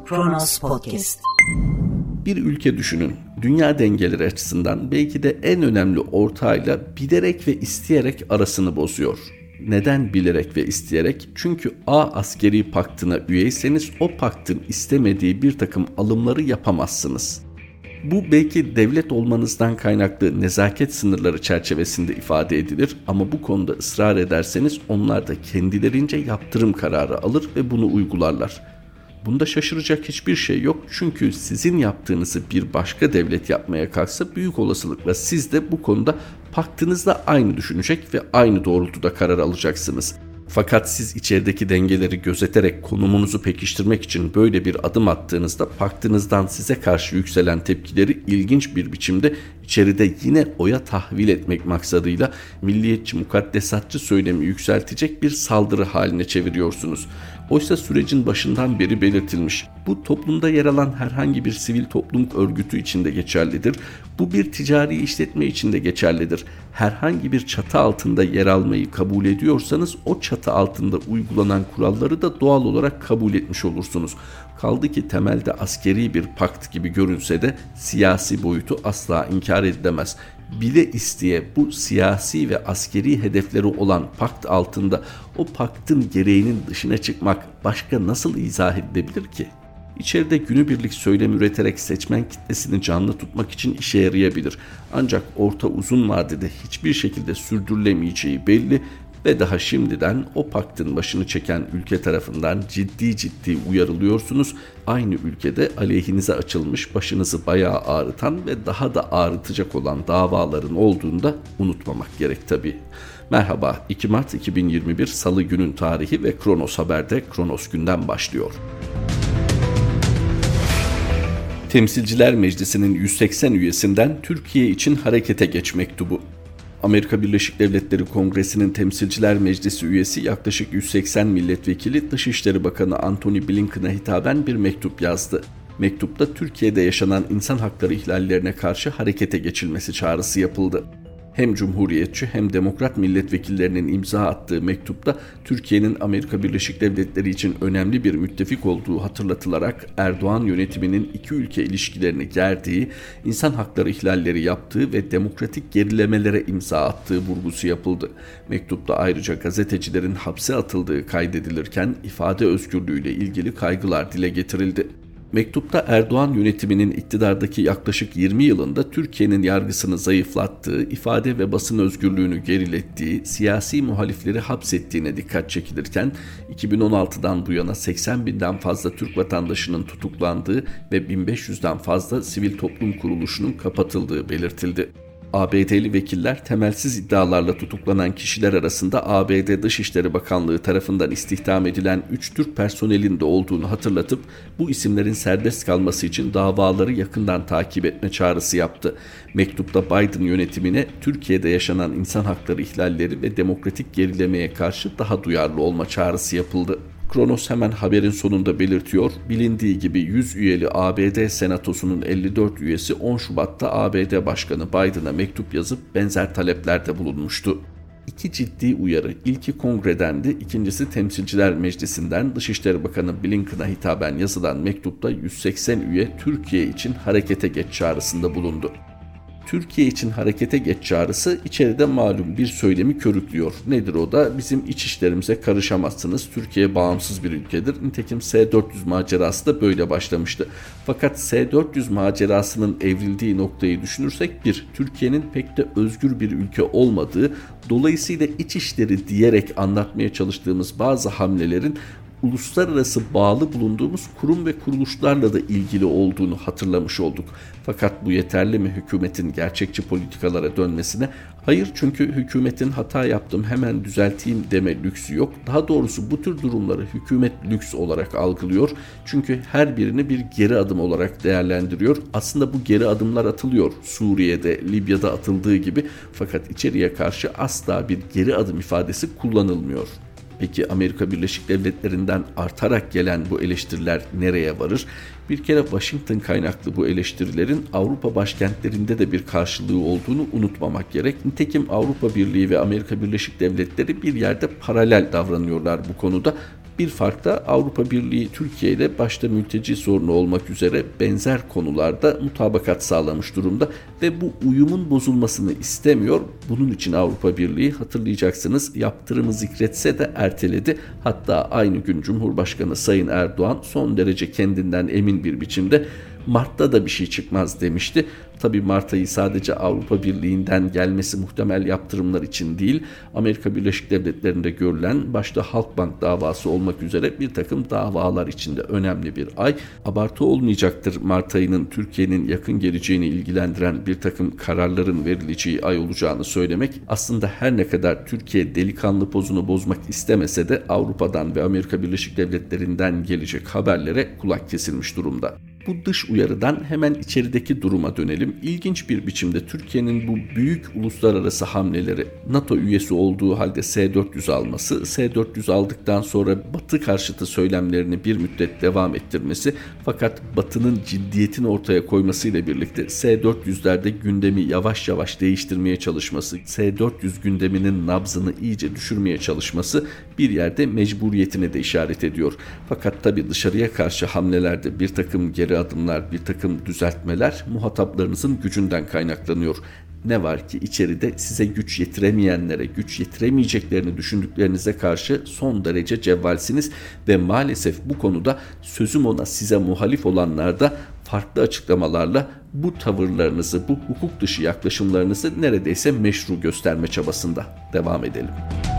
Kronos Podcast. Bir ülke düşünün. Dünya dengeleri açısından belki de en önemli ortağıyla bilerek ve isteyerek arasını bozuyor. Neden bilerek ve isteyerek? Çünkü A askeri paktına üyeyseniz o paktın istemediği bir takım alımları yapamazsınız. Bu belki devlet olmanızdan kaynaklı nezaket sınırları çerçevesinde ifade edilir ama bu konuda ısrar ederseniz onlar da kendilerince yaptırım kararı alır ve bunu uygularlar. Bunda şaşıracak hiçbir şey yok çünkü sizin yaptığınızı bir başka devlet yapmaya kalksa büyük olasılıkla siz de bu konuda paktınızla aynı düşünecek ve aynı doğrultuda karar alacaksınız. Fakat siz içerideki dengeleri gözeterek konumunuzu pekiştirmek için böyle bir adım attığınızda paktınızdan size karşı yükselen tepkileri ilginç bir biçimde içeride yine oya tahvil etmek maksadıyla milliyetçi mukaddesatçı söylemi yükseltecek bir saldırı haline çeviriyorsunuz. Oysa sürecin başından beri belirtilmiş. Bu toplumda yer alan herhangi bir sivil toplum örgütü için de geçerlidir. Bu bir ticari işletme için de geçerlidir. Herhangi bir çatı altında yer almayı kabul ediyorsanız o çatı altında uygulanan kuralları da doğal olarak kabul etmiş olursunuz. Kaldı ki temelde askeri bir pakt gibi görünse de siyasi boyutu asla inkar edilemez. Bile isteye bu siyasi ve askeri hedefleri olan pakt altında o paktın gereğinin dışına çıkmak başka nasıl izah edilebilir ki? İçeride günübirlik söylem üreterek seçmen kitlesini canlı tutmak için işe yarayabilir. Ancak orta uzun vadede hiçbir şekilde sürdürülemeyeceği belli ve daha şimdiden o paktın başını çeken ülke tarafından ciddi uyarılıyorsunuz. Aynı ülkede aleyhinize açılmış, başınızı bayağı ağrıtan ve daha da ağrıtacak olan davaların olduğunu da unutmamak gerek tabii. Merhaba, 2 Mart 2021 Salı günün tarihi ve Kronos Haber'de Kronos günden başlıyor. Temsilciler Meclisi'nin 180 üyesinden Türkiye için harekete geç mektubu. Amerika Birleşik Devletleri Kongresi'nin Temsilciler Meclisi üyesi yaklaşık 180 milletvekili Dışişleri Bakanı Antony Blinken'a hitaben bir mektup yazdı. Mektupta Türkiye'de yaşanan insan hakları ihlallerine karşı harekete geçilmesi çağrısı yapıldı. Hem Cumhuriyetçi hem Demokrat milletvekillerinin imza attığı mektupta Türkiye'nin Amerika Birleşik Devletleri için önemli bir müttefik olduğu hatırlatılarak Erdoğan yönetiminin iki ülke ilişkilerini gerdiği, insan hakları ihlalleri yaptığı ve demokratik gerilemelere imza attığı vurgusu yapıldı. Mektupta ayrıca gazetecilerin hapse atıldığı kaydedilirken ifade özgürlüğüyle ilgili kaygılar dile getirildi. Mektupta Erdoğan yönetiminin iktidardaki yaklaşık 20 yılında Türkiye'nin yargısını zayıflattığı, ifade ve basın özgürlüğünü gerilettiği, siyasi muhalifleri hapsettiğine dikkat çekilirken 2016'dan bu yana 80 binden fazla Türk vatandaşının tutuklandığı ve 1500'den fazla sivil toplum kuruluşunun kapatıldığı belirtildi. ABD'li vekiller temelsiz iddialarla tutuklanan kişiler arasında ABD Dışişleri Bakanlığı tarafından istihdam edilen 3 Türk personelin de olduğunu hatırlatıp bu isimlerin serbest kalması için davaları yakından takip etme çağrısı yaptı. Mektupta Biden yönetimine Türkiye'de yaşanan insan hakları ihlalleri ve demokratik gerilemeye karşı daha duyarlı olma çağrısı yapıldı. Kronos hemen haberin sonunda belirtiyor, bilindiği gibi 100 üyeli ABD Senatosu'nun 54 üyesi 10 Şubat'ta ABD Başkanı Biden'a mektup yazıp benzer taleplerde bulunmuştu. İki ciddi uyarı, ilki Kongre'dendi, ikincisi Temsilciler Meclisi'nden Dışişleri Bakanı Blinken'a hitaben yazılan mektupta 180 üye Türkiye için harekete geç çağrısında bulundu. Türkiye için harekete geç çağrısı içeride malum bir söylemi körüklüyor. Nedir o da? Bizim iç işlerimize karışamazsınız. Türkiye bağımsız bir ülkedir. Nitekim S-400 macerası da böyle başlamıştı. Fakat S-400 macerasının evrildiği noktayı düşünürsek Türkiye'nin pek de özgür bir ülke olmadığı, dolayısıyla iç işleri diyerek anlatmaya çalıştığımız bazı hamlelerin uluslararası bağlı bulunduğumuz kurum ve kuruluşlarla da ilgili olduğunu hatırlamış olduk. Fakat bu yeterli mi hükümetin gerçekçi politikalara dönmesine? Hayır, çünkü hükümetin hata yaptım hemen düzelteyim deme lüksü yok. Daha doğrusu bu tür durumları hükümet lüks olarak algılıyor. Çünkü her birini bir geri adım olarak değerlendiriyor. Aslında bu geri adımlar atılıyor. Suriye'de, Libya'da atıldığı gibi, fakat içeriye karşı asla bir geri adım ifadesi kullanılmıyor. Peki Amerika Birleşik Devletleri'nden artarak gelen bu eleştiriler nereye varır? Bir kere Washington kaynaklı bu eleştirilerin Avrupa başkentlerinde de bir karşılığı olduğunu unutmamak gerek. Nitekim Avrupa Birliği ve Amerika Birleşik Devletleri bir yerde paralel davranıyorlar bu konuda. Bir fark da Avrupa Birliği Türkiye ile başta mülteci sorunu olmak üzere benzer konularda mutabakat sağlamış durumda ve bu uyumun bozulmasını istemiyor. Bunun için Avrupa Birliği, hatırlayacaksınız, yaptırımı zikretse de erteledi. Hatta aynı gün Cumhurbaşkanı Sayın Erdoğan son derece kendinden emin bir biçimde Mart'ta da bir şey çıkmaz demişti. Tabii Mart ayı sadece Avrupa Birliği'nden gelmesi muhtemel yaptırımlar için değil, Amerika Birleşik Devletleri'nde görülen başta Halkbank davası olmak üzere bir takım davalar içinde önemli bir ay. Abartı olmayacaktır Mart ayının Türkiye'nin yakın geleceğini ilgilendiren bir takım kararların verileceği ay olacağını söylemek. Aslında her ne kadar Türkiye delikanlı pozunu bozmak istemese de Avrupa'dan ve Amerika Birleşik Devletleri'nden gelecek haberlere kulak kesilmiş durumda. Bu dış uyarıdan hemen içerideki duruma dönelim. İlginç bir biçimde Türkiye'nin bu büyük uluslararası hamleleri, NATO üyesi olduğu halde S-400 alması, S-400 aldıktan sonra Batı karşıtı söylemlerini bir müddet devam ettirmesi, fakat Batı'nın ciddiyetini ortaya koymasıyla birlikte S-400'lerde gündemi yavaş yavaş değiştirmeye çalışması, S-400 gündeminin nabzını iyice düşürmeye çalışması bir yerde mecburiyetine de işaret ediyor. Fakat tabii dışarıya karşı hamlelerde bir takım geri adımlar, bir takım düzeltmeler muhataplarınızın gücünden kaynaklanıyor. Ne var ki içeride size güç yetiremeyenlere, güç yetiremeyeceklerini düşündüklerinize karşı son derece cevvalsiniz ve maalesef bu konuda sözüm ona size muhalif olanlar da farklı açıklamalarla bu tavırlarınızı, bu hukuk dışı yaklaşımlarınızı neredeyse meşru gösterme çabasında. Devam edelim.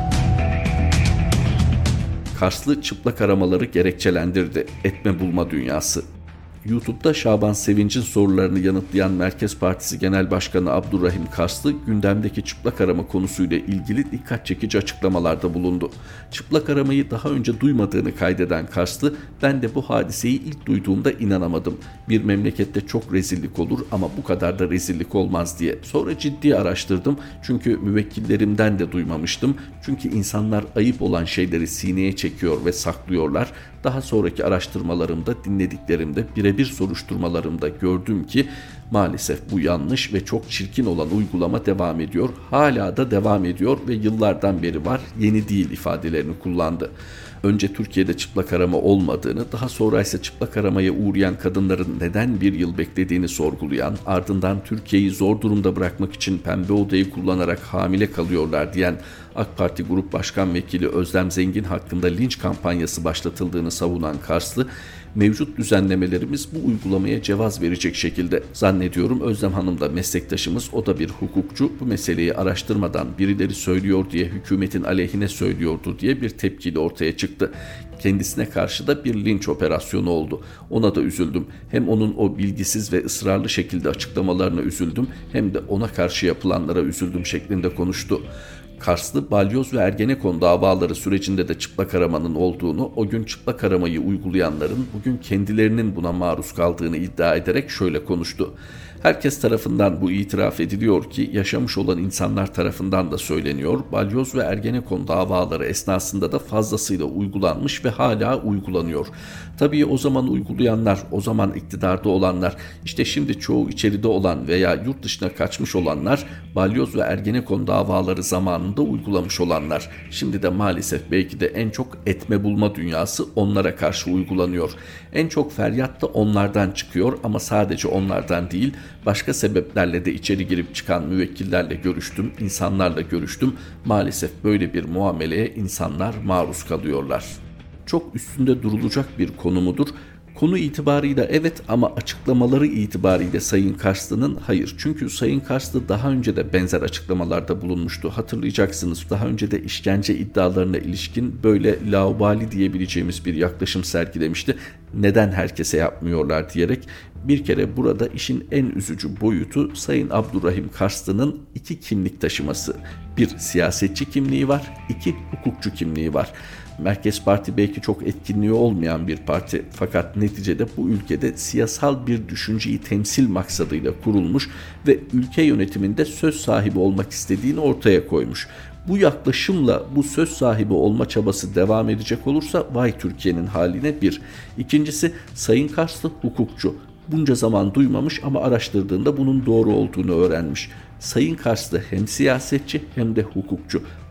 Karslı çıplak aramaları gerekçelendirdi. Etme bulma dünyası. YouTube'da Şaban Sevinç'in sorularını yanıtlayan Merkez Partisi Genel Başkanı Abdurrahim Karslı, gündemdeki çıplak arama konusuyla ilgili dikkat çekici açıklamalarda bulundu. Çıplak aramayı daha önce duymadığını kaydeden Karslı, "Ben de bu hadiseyi ilk duyduğumda inanamadım. Bir memlekette çok rezillik olur ama bu kadar da rezillik olmaz diye. Sonra ciddi araştırdım çünkü müvekkillerimden de duymamıştım. Çünkü insanlar ayıp olan şeyleri sineye çekiyor ve saklıyorlar. Daha sonraki araştırmalarımda, dinlediklerimde, birebir soruşturmalarımda gördüm ki maalesef bu yanlış ve çok çirkin olan uygulama devam ediyor. Hala da devam ediyor ve yıllardan beri var, yeni değil" ifadelerini kullandı. Önce Türkiye'de çıplak arama olmadığını, daha sonra ise çıplak aramaya uğrayan kadınların neden bir yıl beklediğini sorgulayan, ardından Türkiye'yi zor durumda bırakmak için pembe odayı kullanarak hamile kalıyorlar diyen AK Parti Grup Başkan Vekili Özlem Zengin hakkında linç kampanyası başlatıldığını savunan Karslı, "Mevcut düzenlemelerimiz bu uygulamaya cevaz verecek şekilde. Zannediyorum Özlem Hanım da meslektaşımız, o da bir hukukçu. Bu meseleyi araştırmadan birileri söylüyor diye hükümetin aleyhine söylüyordu" diye bir tepkiyle ortaya çıktı. Kendisine karşı da bir linç operasyonu oldu. Ona da üzüldüm. Hem onun o bilgisiz ve ısrarlı şekilde açıklamalarına üzüldüm, hem de ona karşı yapılanlara üzüldüm şeklinde konuştu. Karslı, Balyoz ve Ergenekon davaları sürecinde de çıplak aramanın olduğunu, o gün çıplak aramayı uygulayanların bugün kendilerinin buna maruz kaldığını iddia ederek şöyle konuştu. "Herkes tarafından bu itiraf ediliyor ki yaşamış olan insanlar tarafından da söyleniyor. Balyoz ve Ergenekon davaları esnasında da fazlasıyla uygulanmış ve hala uygulanıyor. Tabii o zaman uygulayanlar, o zaman iktidarda olanlar, işte şimdi çoğu içeride olan veya yurt dışına kaçmış olanlar, Balyoz ve Ergenekon davaları zamanında uygulamış olanlar. Şimdi de maalesef belki de en çok etme bulma dünyası onlara karşı uygulanıyor. En çok feryat da onlardan çıkıyor ama sadece onlardan değil, başka sebeplerle de içeri girip çıkan müvekkillerle görüştüm, insanlarla görüştüm. Maalesef böyle bir muameleye insanlar maruz kalıyorlar." Çok üstünde durulacak bir konu mudur? Konu itibarıyla evet, ama açıklamaları itibariyle Sayın Karslı'nın hayır. Çünkü Sayın Karslı daha önce de benzer açıklamalarda bulunmuştu. Hatırlayacaksınız, daha önce de işkence iddialarına ilişkin böyle laubali diyebileceğimiz bir yaklaşım sergilemişti. Neden herkese yapmıyorlar diyerek. Bir kere burada işin en üzücü boyutu Sayın Abdurrahim Karslı'nın iki kimlik taşıması. Bir siyasetçi kimliği var, iki hukukçu kimliği var. Merkez Parti belki çok etkinliği olmayan bir parti, fakat neticede bu ülkede siyasal bir düşünceyi temsil maksadıyla kurulmuş ve ülke yönetiminde söz sahibi olmak istediğini ortaya koymuş. Bu yaklaşımla bu söz sahibi olma çabası devam edecek olursa vay Türkiye'nin haline bir. İkincisi, Sayın Karslı hukukçu. Bunca zaman duymamış ama araştırdığında bunun doğru olduğunu öğrenmiş. Sayın Karslı hem siyasetçi hem de hukukçu.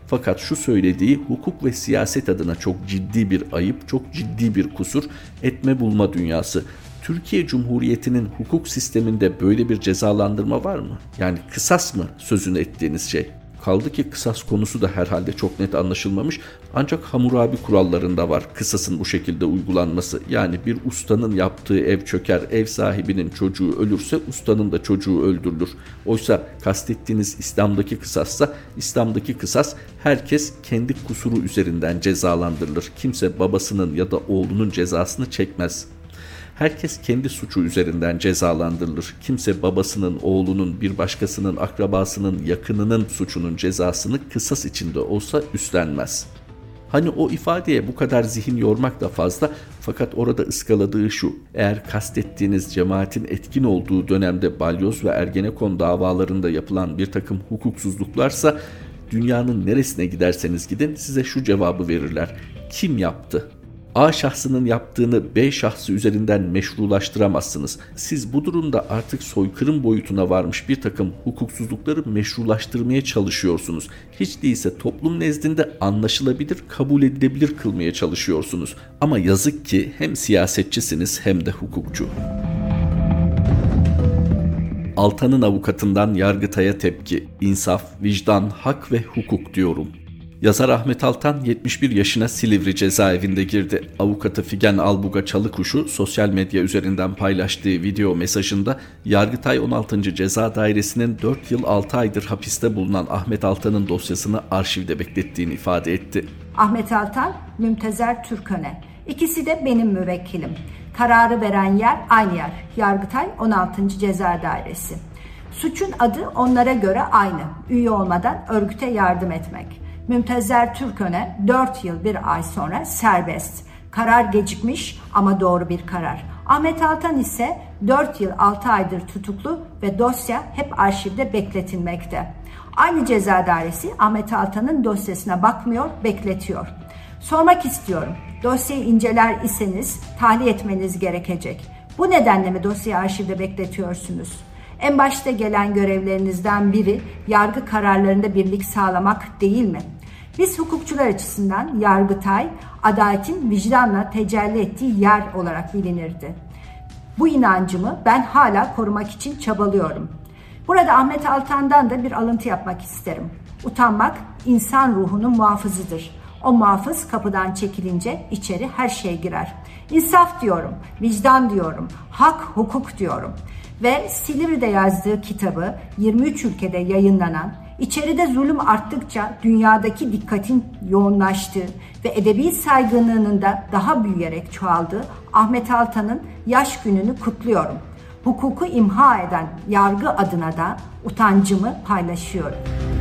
Fakat şu söylediği hukuk ve siyaset adına çok ciddi bir ayıp, çok ciddi bir kusur, etme bulma dünyası. Türkiye Cumhuriyeti'nin hukuk sisteminde böyle bir cezalandırma var mı? Yani kısas mı sözünü ettiğiniz şey? Kaldı ki kısas konusu da herhalde çok net anlaşılmamış. Ancak Hammurabi kurallarında var kısasın bu şekilde uygulanması. Yani bir ustanın yaptığı ev çöker, ev sahibinin çocuğu ölürse ustanın da çocuğu öldürülür. Oysa kastettiğiniz İslam'daki kısassa, İslam'daki kısas herkes kendi kusuru üzerinden cezalandırılır. Kimse babasının ya da oğlunun cezasını çekmez. Herkes kendi suçu üzerinden cezalandırılır. Kimse babasının, oğlunun, bir başkasının, akrabasının, yakınının suçunun cezasını kısas içinde olsa üstlenmez. Hani o ifadeye bu kadar zihin yormak da fazla, fakat orada ıskaladığı şu: eğer kastettiğiniz cemaatin etkin olduğu dönemde Balyoz ve Ergenekon davalarında yapılan bir takım hukuksuzluklarsa, dünyanın neresine giderseniz gidin size şu cevabı verirler: kim yaptı? A şahsının yaptığını B şahsı üzerinden meşrulaştıramazsınız. Siz bu durumda artık soykırım boyutuna varmış bir takım hukuksuzlukları meşrulaştırmaya çalışıyorsunuz. Hiç değilse toplum nezdinde anlaşılabilir, kabul edilebilir kılmaya çalışıyorsunuz. Ama yazık ki hem siyasetçisiniz hem de hukukçu. Altan'ın avukatından Yargıtay'a tepki: İnsaf, vicdan, hak ve hukuk diyorum. Yazar Ahmet Altan 71 yaşına Silivri cezaevinde girdi. Avukatı Figen Albuga Çalıkuşu sosyal medya üzerinden paylaştığı video mesajında Yargıtay 16. Ceza Dairesi'nin 4 yıl 6 aydır hapiste bulunan Ahmet Altan'ın dosyasını arşivde beklettiğini ifade etti. Ahmet Altan, Mümtezer Türkönen. İkisi de benim müvekkilim. Kararı veren yer aynı yer. Yargıtay 16. Ceza Dairesi. Suçun adı onlara göre aynı. Üye olmadan örgüte yardım etmek. Mümtezer Türkönen 4 yıl 1 ay sonra serbest. Karar gecikmiş ama doğru bir karar. Ahmet Altan ise 4 yıl 6 aydır tutuklu ve dosya hep arşivde bekletilmekte. Aynı ceza dairesi Ahmet Altan'ın dosyasına bakmıyor, bekletiyor. Sormak istiyorum, dosyayı inceler iseniz tahliye etmeniz gerekecek. Bu nedenle mi dosyayı arşivde bekletiyorsunuz? En başta gelen görevlerinizden biri yargı kararlarında birlik sağlamak değil mi? Biz hukukçular açısından Yargıtay, adaletin vicdanla tecelli ettiği yer olarak bilinirdi. Bu inancımı ben hala korumak için çabalıyorum. Burada Ahmet Altan'dan da bir alıntı yapmak isterim. Utanmak insan ruhunun muhafızıdır. O muhafız kapıdan çekilince içeri her şey girer. İnsaf diyorum, vicdan diyorum, hak, hukuk diyorum. Ve Silivri'de yazdığı kitabı 23 ülkede yayınlanan, içeride zulüm arttıkça dünyadaki dikkatin yoğunlaştığı ve edebi saygınlığının da daha büyüyerek çoğaldığı Ahmet Altan'ın yaş gününü kutluyorum. Hukuku imha eden yargı adına da utancımı paylaşıyorum.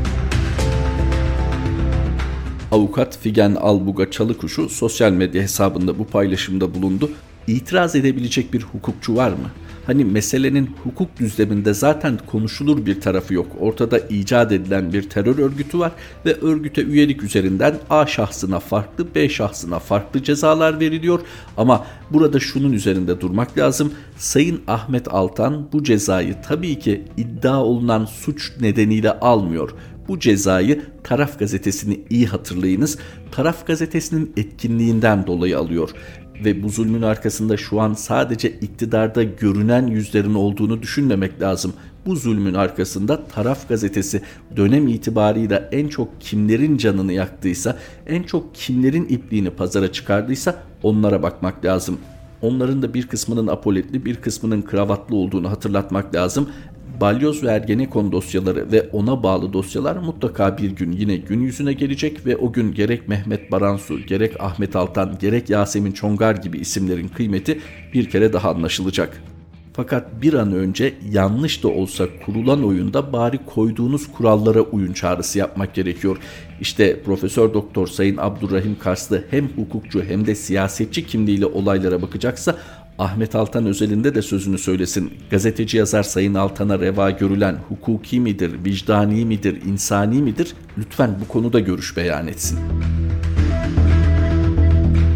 Avukat Figen Albuga Çalıkuşu sosyal medya hesabında bu paylaşımda bulundu. İtiraz edebilecek bir hukukçu var mı? Hani meselenin hukuk düzleminde zaten konuşulur bir tarafı yok. Ortada icat edilen bir terör örgütü var ve örgüte üyelik üzerinden A şahsına farklı, B şahsına farklı cezalar veriliyor. Ama burada şunun üzerinde durmak lazım. Sayın Ahmet Altan bu cezayı tabii ki iddia olunan suç nedeniyle almıyor. Bu cezayı Taraf Gazetesi'ni iyi hatırlayınız. Taraf Gazetesi'nin etkinliğinden dolayı alıyor. Ve bu zulmün arkasında şu an sadece iktidarda görünen yüzlerin olduğunu düşünmemek lazım. Bu zulmün arkasında Taraf Gazetesi dönem itibarıyla en çok kimlerin canını yaktıysa, en çok kimlerin ipliğini pazara çıkardıysa onlara bakmak lazım. Onların da bir kısmının apoletli, bir kısmının kravatlı olduğunu hatırlatmak lazım. Balyoz ve Ergenekon dosyaları ve ona bağlı dosyalar mutlaka bir gün yine gün yüzüne gelecek ve o gün gerek Mehmet Baransu, gerek Ahmet Altan, gerek Yasemin Çongar gibi isimlerin kıymeti bir kere daha anlaşılacak. Fakat bir an önce yanlış da olsa kurulan oyunda bari koyduğunuz kurallara uyun çağrısı yapmak gerekiyor. İşte Profesör Doktor Sayın Abdurrahim Karslı hem hukukçu hem de siyasetçi kimliğiyle olaylara bakacaksa Ahmet Altan özelinde de sözünü söylesin. Gazeteci yazar Sayın Altan'a reva görülen hukuki midir, vicdani midir, insani midir? Lütfen bu konuda görüş beyan etsin.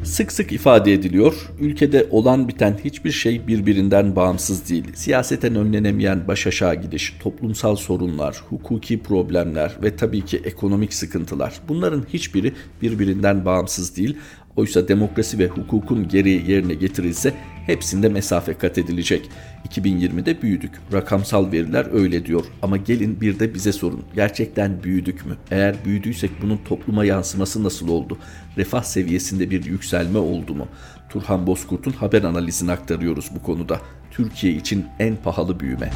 Sık sık ifade ediliyor, ülkede olan biten hiçbir şey birbirinden bağımsız değil. Siyaseten önlenemeyen baş aşağı gidiş, toplumsal sorunlar, hukuki problemler ve tabii ki ekonomik sıkıntılar. Bunların hiçbiri birbirinden bağımsız değil. Oysa demokrasi ve hukukun gereği yerine getirilse hepsinde mesafe kat edilecek. 2020'de büyüdük. Rakamsal veriler öyle diyor. Ama gelin bir de bize sorun. Gerçekten büyüdük mü? Eğer büyüdüysek bunun topluma yansıması nasıl oldu? Refah seviyesinde bir yükselme oldu mu? Turhan Bozkurt'un haber analizini aktarıyoruz bu konuda. Türkiye için en pahalı büyüme.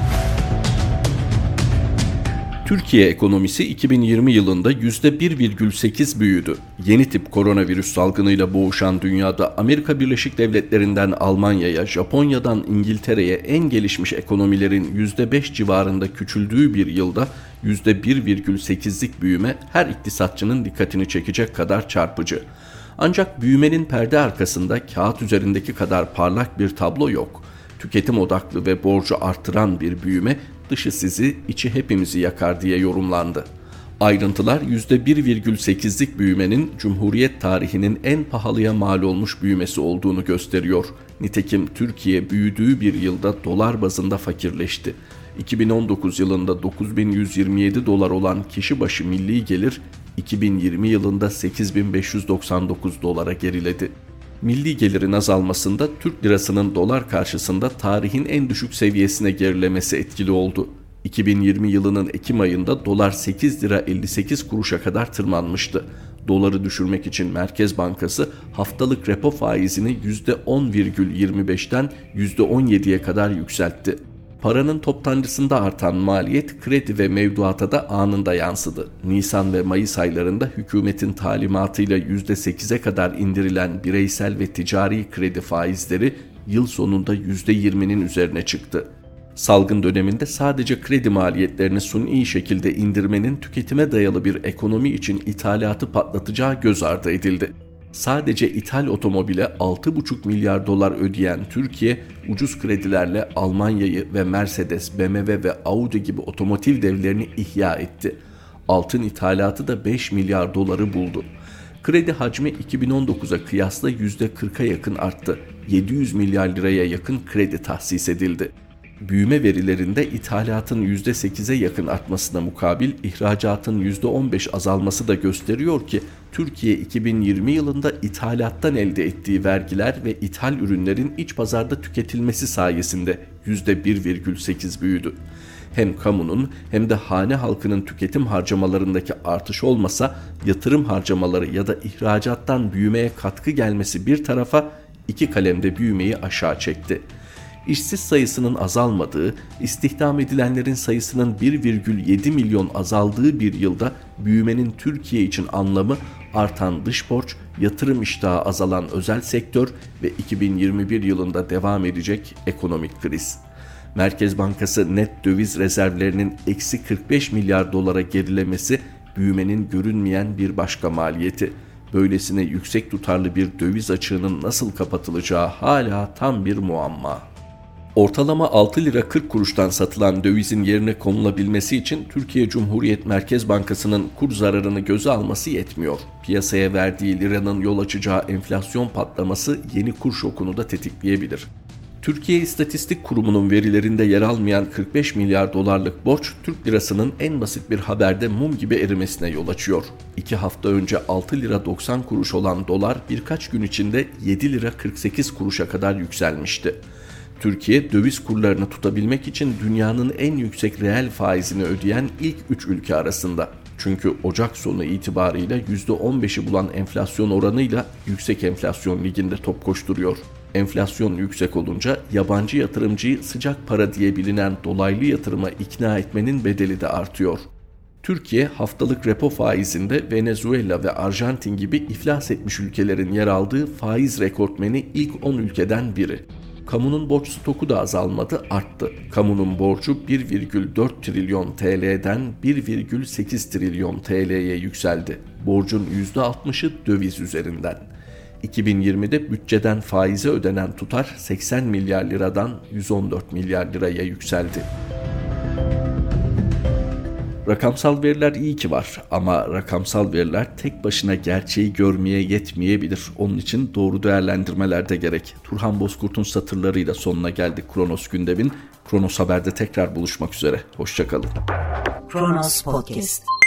Türkiye ekonomisi 2020 yılında %1,8 büyüdü. Yeni tip koronavirüs salgınıyla boğuşan dünyada Amerika Birleşik Devletleri'nden Almanya'ya, Japonya'dan İngiltere'ye en gelişmiş ekonomilerin %5 civarında küçüldüğü bir yılda %1,8'lik büyüme her iktisatçının dikkatini çekecek kadar çarpıcı. Ancak büyümenin perde arkasında kağıt üzerindeki kadar parlak bir tablo yok. Tüketim odaklı ve borcu artıran bir büyüme, dışı sizi, içi hepimizi yakar diye yorumlandı. Ayrıntılar %1,8'lik büyümenin Cumhuriyet tarihinin en pahalıya mal olmuş büyümesi olduğunu gösteriyor. Nitekim Türkiye büyüdüğü bir yılda dolar bazında fakirleşti. 2019 yılında $9.127 olan kişi başı milli gelir 2020 yılında $8.599 geriledi. Milli gelirin azalmasında Türk lirasının dolar karşısında tarihin en düşük seviyesine gerilemesi etkili oldu. 2020 yılının Ekim ayında dolar 8 lira 58 kuruşa kadar tırmanmıştı. Doları düşürmek için Merkez Bankası haftalık repo faizini %10,25'ten %17'ye kadar yükseltti. Paranın toptancısında artan maliyet kredi ve mevduata da anında yansıdı. Nisan ve Mayıs aylarında hükümetin talimatıyla %8'e kadar indirilen bireysel ve ticari kredi faizleri yıl sonunda %20'nin üzerine çıktı. Salgın döneminde sadece kredi maliyetlerini suni şekilde indirmenin tüketime dayalı bir ekonomi için ithalatı patlatacağı göz ardı edildi. Sadece ithal otomobile $6,5 milyar ödeyen Türkiye, ucuz kredilerle Almanya'yı ve Mercedes, BMW ve Audi gibi otomotiv devlerini ihya etti. Altın ithalatı da $5 milyar buldu. Kredi hacmi 2019'a kıyasla %40'a yakın arttı. 700 milyar liraya yakın kredi tahsis edildi. Büyüme verilerinde ithalatın %8'e yakın artmasına mukabil ihracatın %15 azalması da gösteriyor ki Türkiye 2020 yılında ithalattan elde ettiği vergiler ve ithal ürünlerin iç pazarda tüketilmesi sayesinde %1,8 büyüdü. Hem kamunun hem de hane halkının tüketim harcamalarındaki artış olmasa yatırım harcamaları ya da ihracattan büyümeye katkı gelmesi bir tarafa iki kalemde büyümeyi aşağı çekti. İşsiz sayısının azalmadığı, istihdam edilenlerin sayısının 1,7 milyon azaldığı bir yılda büyümenin Türkiye için anlamı artan dış borç, yatırım iştahı azalan özel sektör ve 2021 yılında devam edecek ekonomik kriz. Merkez Bankası net döviz rezervlerinin eksi $45 milyar gerilemesi büyümenin görünmeyen bir başka maliyeti. Böylesine yüksek tutarlı bir döviz açığının nasıl kapatılacağı hala tam bir muamma. Ortalama 6 lira 40 kuruştan satılan dövizin yerine konulabilmesi için Türkiye Cumhuriyet Merkez Bankası'nın kur zararını göze alması yetmiyor. Piyasaya verdiği liranın yol açacağı enflasyon patlaması yeni kur şokunu da tetikleyebilir. Türkiye İstatistik Kurumu'nun verilerinde yer almayan $45 milyar borç, Türk lirasının en basit bir haberde mum gibi erimesine yol açıyor. 2 hafta önce 6 lira 90 kuruş olan dolar birkaç gün içinde 7 lira 48 kuruşa kadar yükselmişti. Türkiye, döviz kurlarını tutabilmek için dünyanın en yüksek reel faizini ödeyen ilk 3 ülke arasında. Çünkü Ocak sonu itibarıyla %15'i bulan enflasyon oranıyla yüksek enflasyon liginde top koşturuyor. Enflasyon yüksek olunca yabancı yatırımcıyı sıcak para diye bilinen dolaylı yatırıma ikna etmenin bedeli de artıyor. Türkiye haftalık repo faizinde Venezuela ve Arjantin gibi iflas etmiş ülkelerin yer aldığı faiz rekortmeni ilk 10 ülkeden biri. Kamunun borç stoku da azalmadı, arttı. Kamunun borcu 1,4 trilyon TL'den 1,8 trilyon TL'ye yükseldi. Borcun %60'ı döviz üzerinden. 2020'de bütçeden faize ödenen tutar 80 milyar liradan 114 milyar liraya yükseldi. Rakamsal veriler iyi ki var ama rakamsal veriler tek başına gerçeği görmeye yetmeyebilir. Onun için doğru değerlendirmeler de gerek. Turhan Bozkurt'un satırlarıyla sonuna geldik Kronos Gündem'in. Kronos Haber'de tekrar buluşmak üzere. Hoşça kalın. Kronos Podcast.